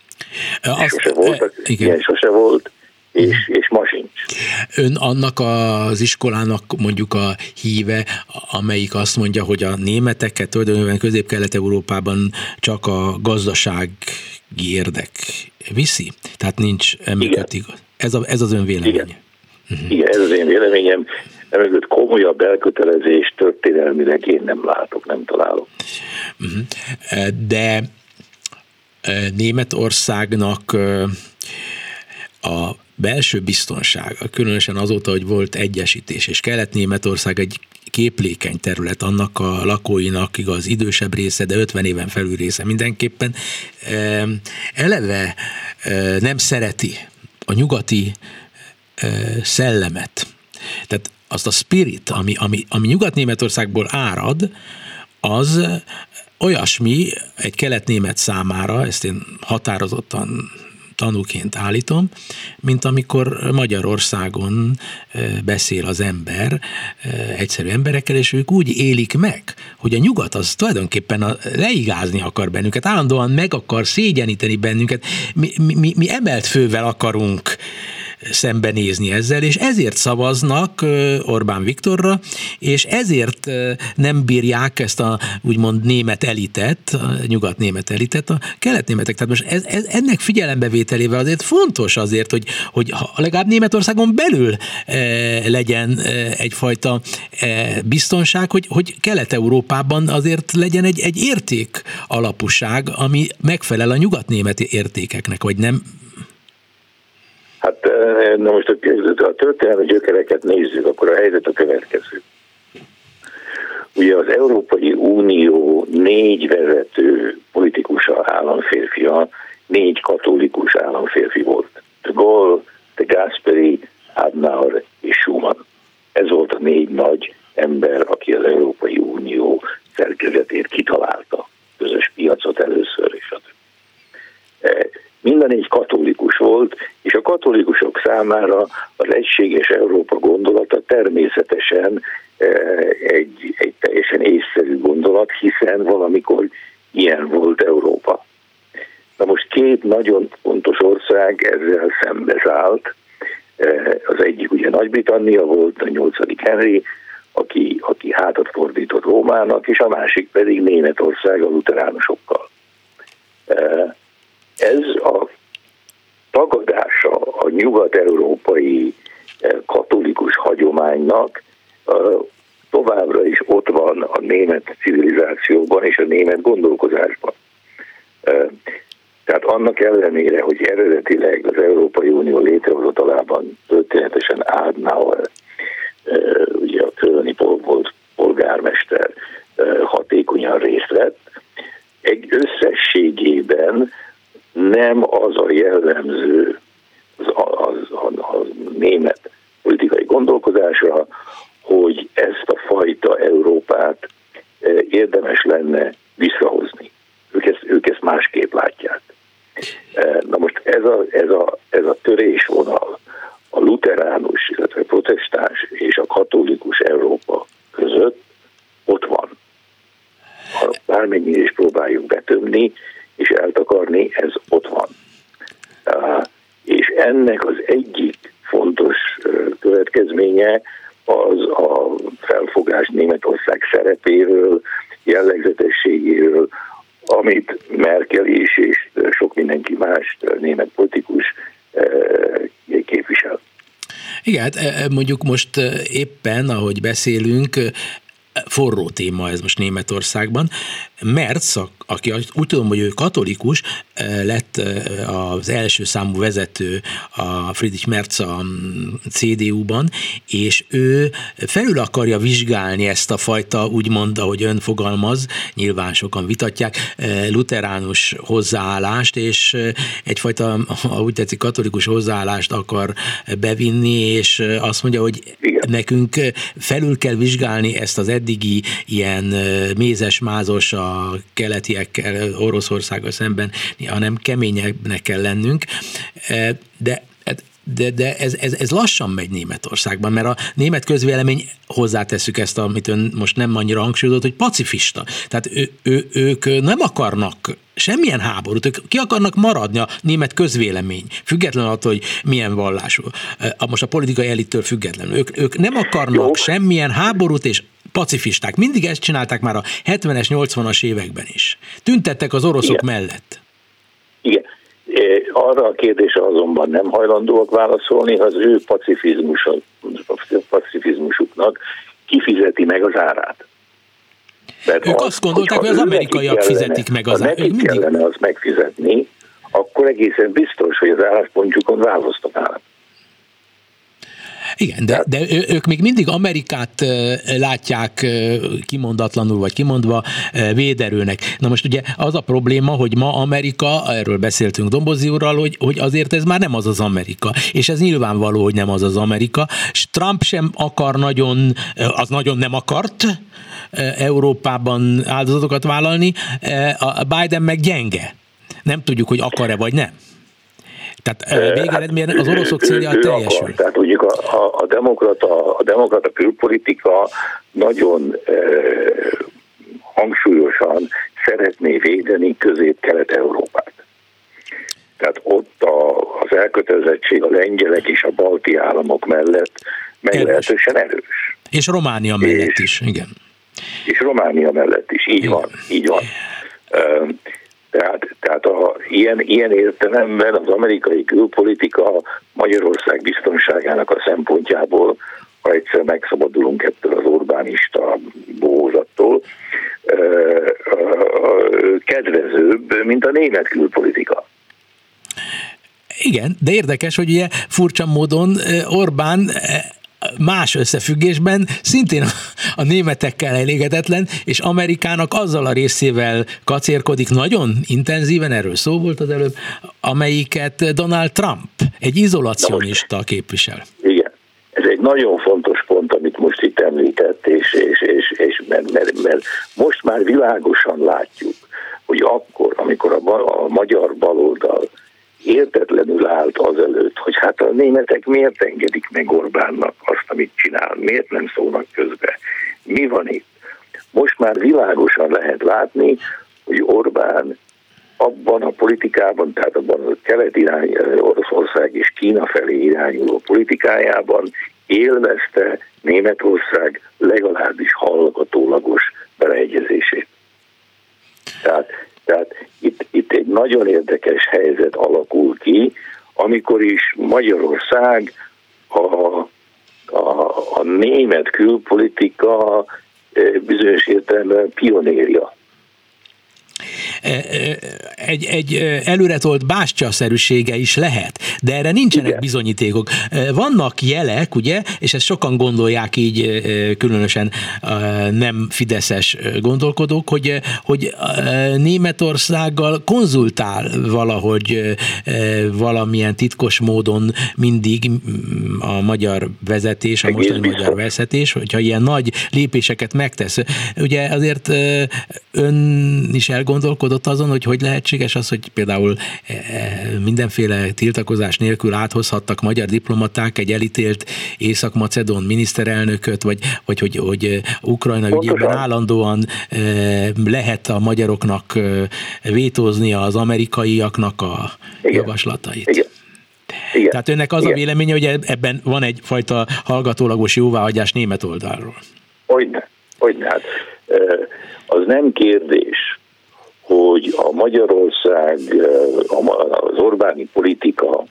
Sose volt, és ma sincs. Ön annak az iskolának mondjuk a híve, amelyik azt mondja, hogy a németeket tulajdonképpen Közép-Kelet-Európában csak a gazdasági érdek viszi? Tehát nincs emögött igaz. Ez az ön véleménye? Igen, ez az én véleményem. Emögött komolyabb elkötelezést történelmileg én nem látok, nem találok. De Németországnak a belső biztonság, különösen azóta, hogy volt egyesítés, és Kelet-Németország egy képlékeny terület, annak a lakóinak igaz idősebb része, de 50 éven felül része mindenképpen eleve nem szereti a nyugati szellemet. Tehát azt a spirit, ami Nyugat-Németországból árad, az olyasmi egy kelet-német számára, ezt én határozottan tanúként állítom, mint amikor Magyarországon beszél az ember egyszerű emberekkel, és ők úgy élik meg, hogy a nyugat az tulajdonképpen leigázni akar bennünket, állandóan meg akar szégyeníteni bennünket, mi emelt fővel akarunk szembenézni ezzel, és ezért szavaznak Orbán Viktorra, és ezért nem bírják ezt a úgymond német elitet, a nyugat-német elitet, a kelet-németek. Tehát most ennek figyelembevételével azért fontos azért, hogy legalább Németországon belül legyen egyfajta biztonság, hogy Kelet-Európában azért legyen egy érték alapúság, ami megfelel a nyugat-német értékeknek, vagy nem. Hát na most a történelmi gyökereket nézzük, akkor a helyzet a következő. Ugye az Európai Unió 4 vezető politikusa, államférfia, 4 katolikus államférfi volt. De Gaulle, de Gasperi, Adenauer és Schumann. Ez volt a 4 nagy ember, aki az Európai Unió szerkezetét kitalálta. Közös piacot először és a Minden 4 katolikus volt, és a katolikusok számára az egységes Európa gondolata természetesen egy teljesen észszerű gondolat, hiszen valamikor ilyen volt Európa. Na most 2 nagyon fontos ország ezzel szembeszállt. Az egyik ugye Nagy-Britannia volt, a 8. Henry, aki hátat fordított Rómának, és a másik pedig Németország a luteránusokkal. Ez a tagadása a nyugat-európai katolikus hagyománynak továbbra is ott van a német civilizációban és a német gondolkozásban. Tehát annak ellenére, hogy eredetileg az Európai Unió létrehozatalában történetesen Adenauer, ugye a kölni volt polgármester, hatékonyan részt vett, egy összességében nem az a jellemző a német politikai gondolkodásra, hogy ezt a fajta Európát érdemes lenne visszahozni. Ők ezt másképp látják. Na most ez a törésvonal a luteránus, illetve protestáns és a katolikus Európa között ott van. Ha bármennyire is próbáljuk betömni és eltakarni, ez ott van. És ennek az egyik fontos következménye az a felfogás Németország szerepéről, jellegzetességéről, amit Merkel is és sok mindenki más német politikus képvisel. Igen, hát mondjuk most éppen, ahogy beszélünk, forró téma ez most Németországban. Merz, aki úgy tudom, hogy ő katolikus, lett az első számú vezető a Friedrich Merz a CDU-ban, és ő felül akarja vizsgálni ezt a fajta, úgymond, ahogy ön fogalmaz, nyilván sokan vitatják, luteránus hozzáállást, és egyfajta, úgy tetszik, katolikus hozzáállást akar bevinni, és azt mondja, hogy nekünk felül kell vizsgálni ezt az eddigi ilyen mézes-mázos a keletiekkel, Oroszországgal szemben, hanem keményebbnek kell lennünk, de ez lassan megy Németországban, mert a német közvélemény, hozzátesszük ezt, amit ön most nem annyira hangsúlyozott, hogy pacifista. Tehát ők nem akarnak semmilyen háborút, ők ki akarnak maradni, a német közvélemény, függetlenül attól, hogy milyen vallású. Most a politikai elittől függetlenül. Ők nem akarnak semmilyen háborút, és pacifisták. Mindig ezt csinálták már a 70-es, 80-as években is. Tüntettek az oroszok mellett. Igen. Arra a kérdésre azonban nem hajlandóak válaszolni, az ő pacifizmusuknak kifizeti meg az árát. Mert ők azt gondolták, hogy az amerikaiak fizetik meg az árát. Ha nekik kellene azt megfizetni, akkor egészen biztos, hogy az álláspontjukon változtatnának. Igen, de ők még mindig Amerikát látják kimondatlanul, vagy kimondva véderőnek. Na most ugye az a probléma, hogy ma Amerika, erről beszéltünk Dombozi úrral, hogy azért ez már nem az Amerika, és ez nyilvánvaló, hogy nem az Amerika, és Trump sem akar az nagyon nem akart Európában áldozatokat vállalni, a Biden meg gyenge. Nem tudjuk, hogy akar-e vagy nem. Tehát végeredményben az oroszok célja teljesül. Tehát mondjuk a demokrata külpolitika nagyon hangsúlyosan szeretné védeni Közép-Kelet-Európát. Tehát ott az elkötelezettség a lengyelek és a balti államok mellett meglehetősen erős. És Románia mellett is, igen. És Románia mellett is, így van. Tehát ilyen értelemben az amerikai külpolitika Magyarország biztonságának a szempontjából, ha egyszer megszabadulunk ettől az Orbánista bohózattól, kedvezőbb, mint a német külpolitika. Igen, de érdekes, hogy ugye furcsa módon Orbán más összefüggésben szintén a németekkel elégedetlen, és Amerikának azzal a részével kacérkodik nagyon intenzíven, erről szó volt az előbb, amelyiket Donald Trump, egy izolacionista képvisel. Igen, ez egy nagyon fontos pont, amit most itt említett, és mert most már világosan látjuk, hogy akkor, amikor a magyar baloldal értetlenül állt azelőtt, hogy hát a németek miért engedik meg Orbánnak azt, amit csinál, miért nem szólnak közbe, mi van itt. Most már világosan lehet látni, hogy Orbán abban a politikában, tehát abban a kelet Oroszország és Kína felé irányuló politikájában élvezte Németország legalábbis hallgatólagos beleegyezését. Tehát itt egy nagyon érdekes helyzet alakul ki, amikor is Magyarország a német külpolitika bizonyos értelemben pionérja. Egy előretolt bástyaszerűsége is lehet, de erre nincsenek igen. bizonyítékok. Vannak jelek, ugye, és ezt sokan gondolják így, különösen nem fideszes gondolkodók, hogy Németországgal konzultál valahogy valamilyen titkos módon mindig a magyar vezetés, a mostani magyar vezetés, hogyha ilyen nagy lépéseket megtesz. Ugye azért ön is elgondolkodott azon, hogy lehetséges az, hogy például mindenféle tiltakozás nélkül áthozhattak magyar diplomaták egy elítélt észak-macedón miniszterelnököt, vagy hogy Ukrajna ügyében állandóan lehet a magyaroknak vétóznia az amerikaiaknak a javaslatait. Igen. Igen. Tehát önnek az a véleménye, hogy ebben van egyfajta hallgatólagos jóváhagyás német oldalról. Hogyne. Hát az nem kérdés, hogy a Magyarország, az Orbáni politika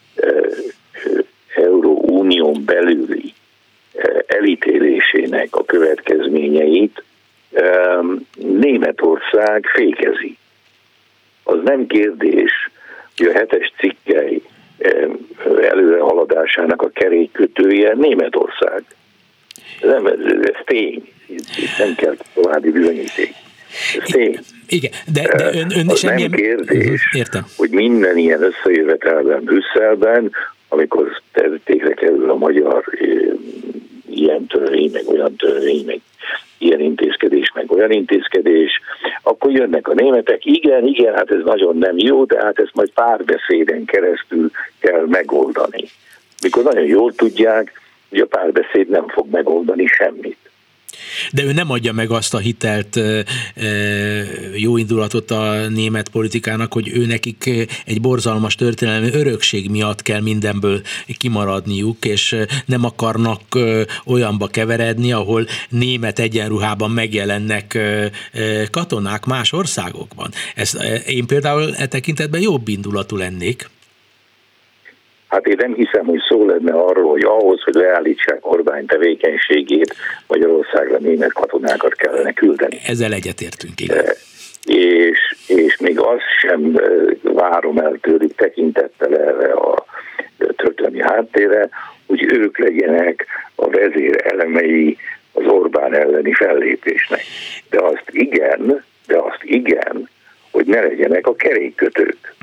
Euróunión belüli elítélésének a következményeit Németország fékezi. Az nem kérdés, hogy a 7-es cikkely előrehaladásának a kerékkötője Németország. Ez tény. Itt nem kell további bizonyíték. Ez tény. Igen, de ön az nem kérdés, értem. Hogy minden ilyen összejövetelben Brüsszelben, amikor tettékre kerül a magyar ilyen törvény, meg olyan törvény, meg ilyen intézkedés, meg olyan intézkedés, akkor jönnek a németek, igen, hát ez nagyon nem jó, de hát ezt majd párbeszéden keresztül kell megoldani. Mikor nagyon jól tudják, hogy a párbeszéd nem fog megoldani semmit. De ő nem adja meg azt a hitelt, jó indulatot a német politikának, hogy ő nekik egy borzalmas történelmi örökség miatt kell mindenből kimaradniuk, és nem akarnak olyanba keveredni, ahol német egyenruhában megjelennek katonák más országokban. Én például e tekintetben jobb indulatú lennék. Hát én nem hiszem, hogy szó lenne arról, hogy ahhoz, hogy leállítsák Orbán tevékenységét, Magyarországra német katonákat kellene küldeni. Ezzel egyetértünk, igen. És még azt sem várom el tőlük tekintettel erre a történelmi háttérre, hogy ők legyenek a vezér elemei az Orbán elleni fellépésnek. De azt igen, hogy ne legyenek a kerékkötők.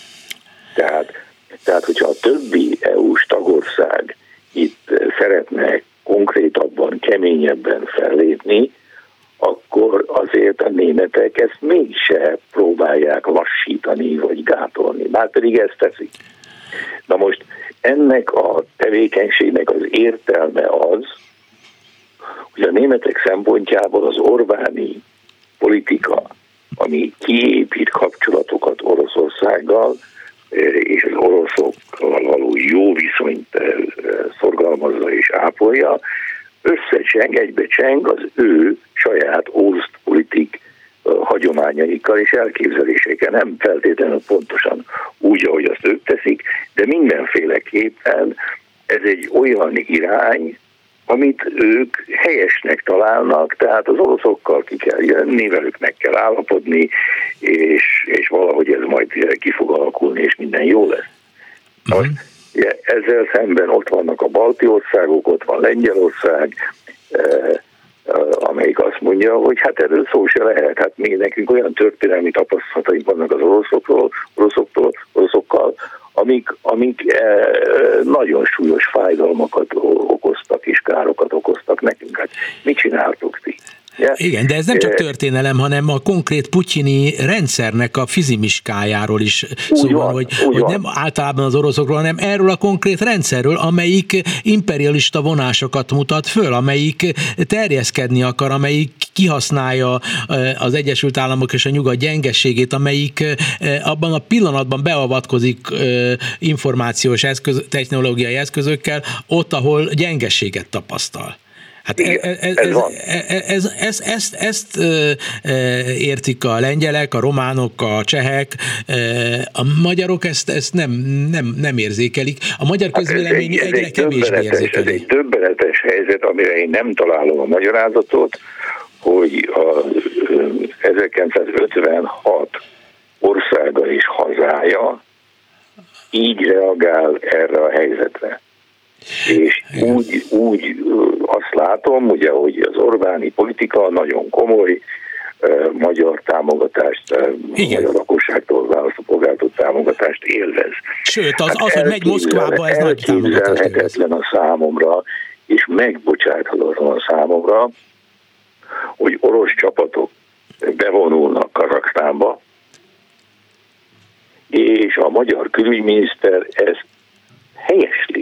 Tehát, hogyha a többi EU-s tagország itt szeretne konkrétabban, keményebben fellépni, akkor azért a németek ezt mégse próbálják lassítani vagy gátolni. Márpedig ezt teszik. Na most ennek a tevékenységnek az értelme az, hogy a németek szempontjából az Orbáni politika, ami kiépít kapcsolatokat Oroszországgal, és az oroszokkal való jó viszonyt szorgalmazza és ápolja, egybecseng az ő saját osztpolitik hagyományaikkal és elképzeléseikkel. Nem feltétlenül pontosan úgy, ahogy azt ők teszik, de mindenféleképpen ez egy olyan irány, amit ők helyesnek találnak, tehát az oroszokkal ki kell jönni, velük meg kell állapodni, és valahogy ez majd ki fog alakulni, és minden jó lesz. Most ezzel szemben ott vannak a balti országok, ott van Lengyelország, amelyik azt mondja, hogy hát erről szó se lehet, hát mi nekünk olyan történelmi tapasztalataink vannak az oroszokkal, amik nagyon súlyos fájdalmakat okoztak és károkat okoztak nekünk. Hát mit csináltuk ti? Yeah. Igen, de ez nem csak történelem, hanem a konkrét putyini rendszernek a fizimiskájáról is szó van, hogy nem általában az oroszokról, hanem erről a konkrét rendszerről, amelyik imperialista vonásokat mutat föl, amelyik terjeszkedni akar, amelyik kihasználja az Egyesült Államok és a nyugat gyengeségét, amelyik abban a pillanatban beavatkozik információs technológiai eszközökkel ott, ahol gyengeséget tapasztal. Hát ezt értik a lengyelek, a románok, a csehek, a magyarok ezt nem érzékelik. A magyar közvélemény egyre kevésbé érzékeli. Ez egy döbbenetes helyzet, amire én nem találom a magyarázatot, hogy a 1956 országa és hazája így reagál erre a helyzetre. És úgy azt látom, ugye, hogy az Orbáni politika nagyon komoly magyar támogatást, magyar lakosságtól választópolgártól támogatást élvez. Sőt, az hogy megy Moszkvába, ez nagy támogatást élvez. Elképzelhetetlen a számomra, és megbocsáthatatlan a számomra, hogy orosz csapatok bevonulnak Kazaksztánba, és a magyar külügyminiszter ezt helyesli.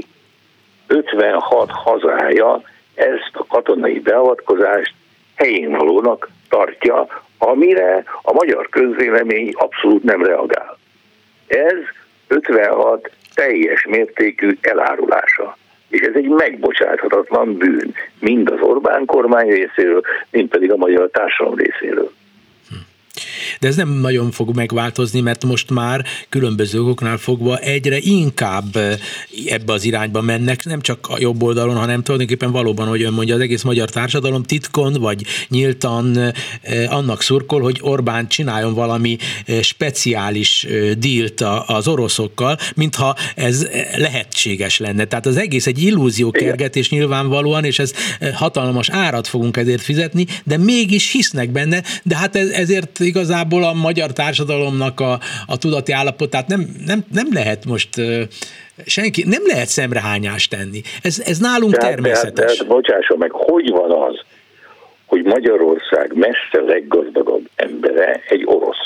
56 hazája ezt a katonai beavatkozást helyén valónak tartja, amire a magyar közvélemény abszolút nem reagál. Ez 56 teljes mértékű elárulása. És ez egy megbocsáthatatlan bűn, mind az Orbán kormány részéről, mind pedig a magyar társadalom részéről. De ez nem nagyon fog megváltozni, mert most már különböző okoknál fogva egyre inkább ebbe az irányba mennek, nem csak a jobb oldalon, hanem tulajdonképpen valóban, hogy ön mondja, az egész magyar társadalom titkon vagy nyíltan annak szurkol, hogy Orbán csináljon valami speciális dílt az oroszokkal, mintha ez lehetséges lenne. Tehát az egész egy illúziókergetés nyilvánvalóan, és ez hatalmas árat fogunk ezért fizetni, de mégis hisznek benne, de hát ezért igazából a magyar társadalomnak a tudati állapotát nem lehet most senki, nem lehet szemrehányást tenni. Ez nálunk természetes. De bocsásson meg, hogy van az, hogy Magyarország messze leggazdagabb embere egy orosz?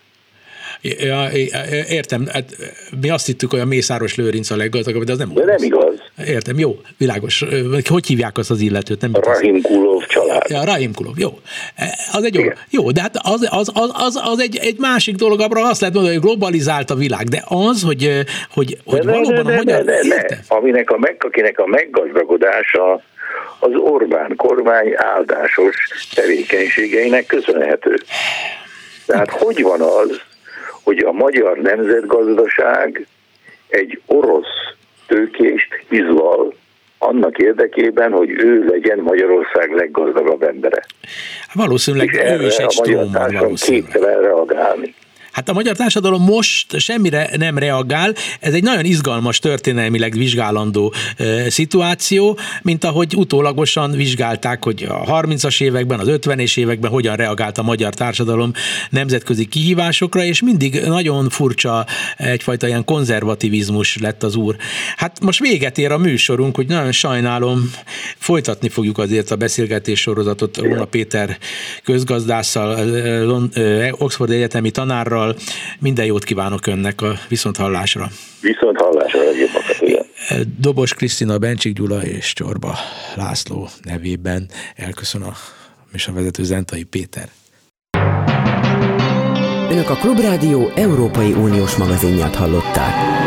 Ja, értem, hát mi azt hittük, hogy a Mészáros Lőrinc a leggazdagabb, de az nem de nem igaz. Értem, jó, világos. Hogy hívják azt az illetőt? Nem Rahimkulov család. Ja, Rahimkulov, jó. Az egy jó, de hát az egy másik dolog, abban azt lehet mondani, hogy globalizált a világ, de az, hogy valóban a magyar... Akinek a meggazdagodása az Orbán kormány áldásos tevékenységeinek köszönhető. Tehát hogy van az, hogy a magyar nemzetgazdaság egy orosz tőkést hizlal annak érdekében, hogy ő legyen Magyarország leggazdagabb embere. Valószínűleg ő is egy stróman, valószínűleg. Képtelen reagálni. Hát a magyar társadalom most semmire nem reagál, ez egy nagyon izgalmas történelmileg vizsgálandó szituáció, mint ahogy utólagosan vizsgálták, hogy a 30-as években, az 50-es években hogyan reagált a magyar társadalom nemzetközi kihívásokra, és mindig nagyon furcsa egyfajta ilyen konzervativizmus lett az úr. Hát most véget ér a műsorunk, hogy nagyon sajnálom, folytatni fogjuk azért a beszélgetés sorozatot Róna Péter közgazdásszal, Oxford egyetemi tanárral. Minden jót kívánok önnek a viszonthallásra. Viszonthallásra, legjobb. Dobos Krisztina, Bencsik Gyula és Csorba László nevében elköszön a műsorvezető Zentai Péter. Önök a Klubrádió Európai Uniós magazinját hallották.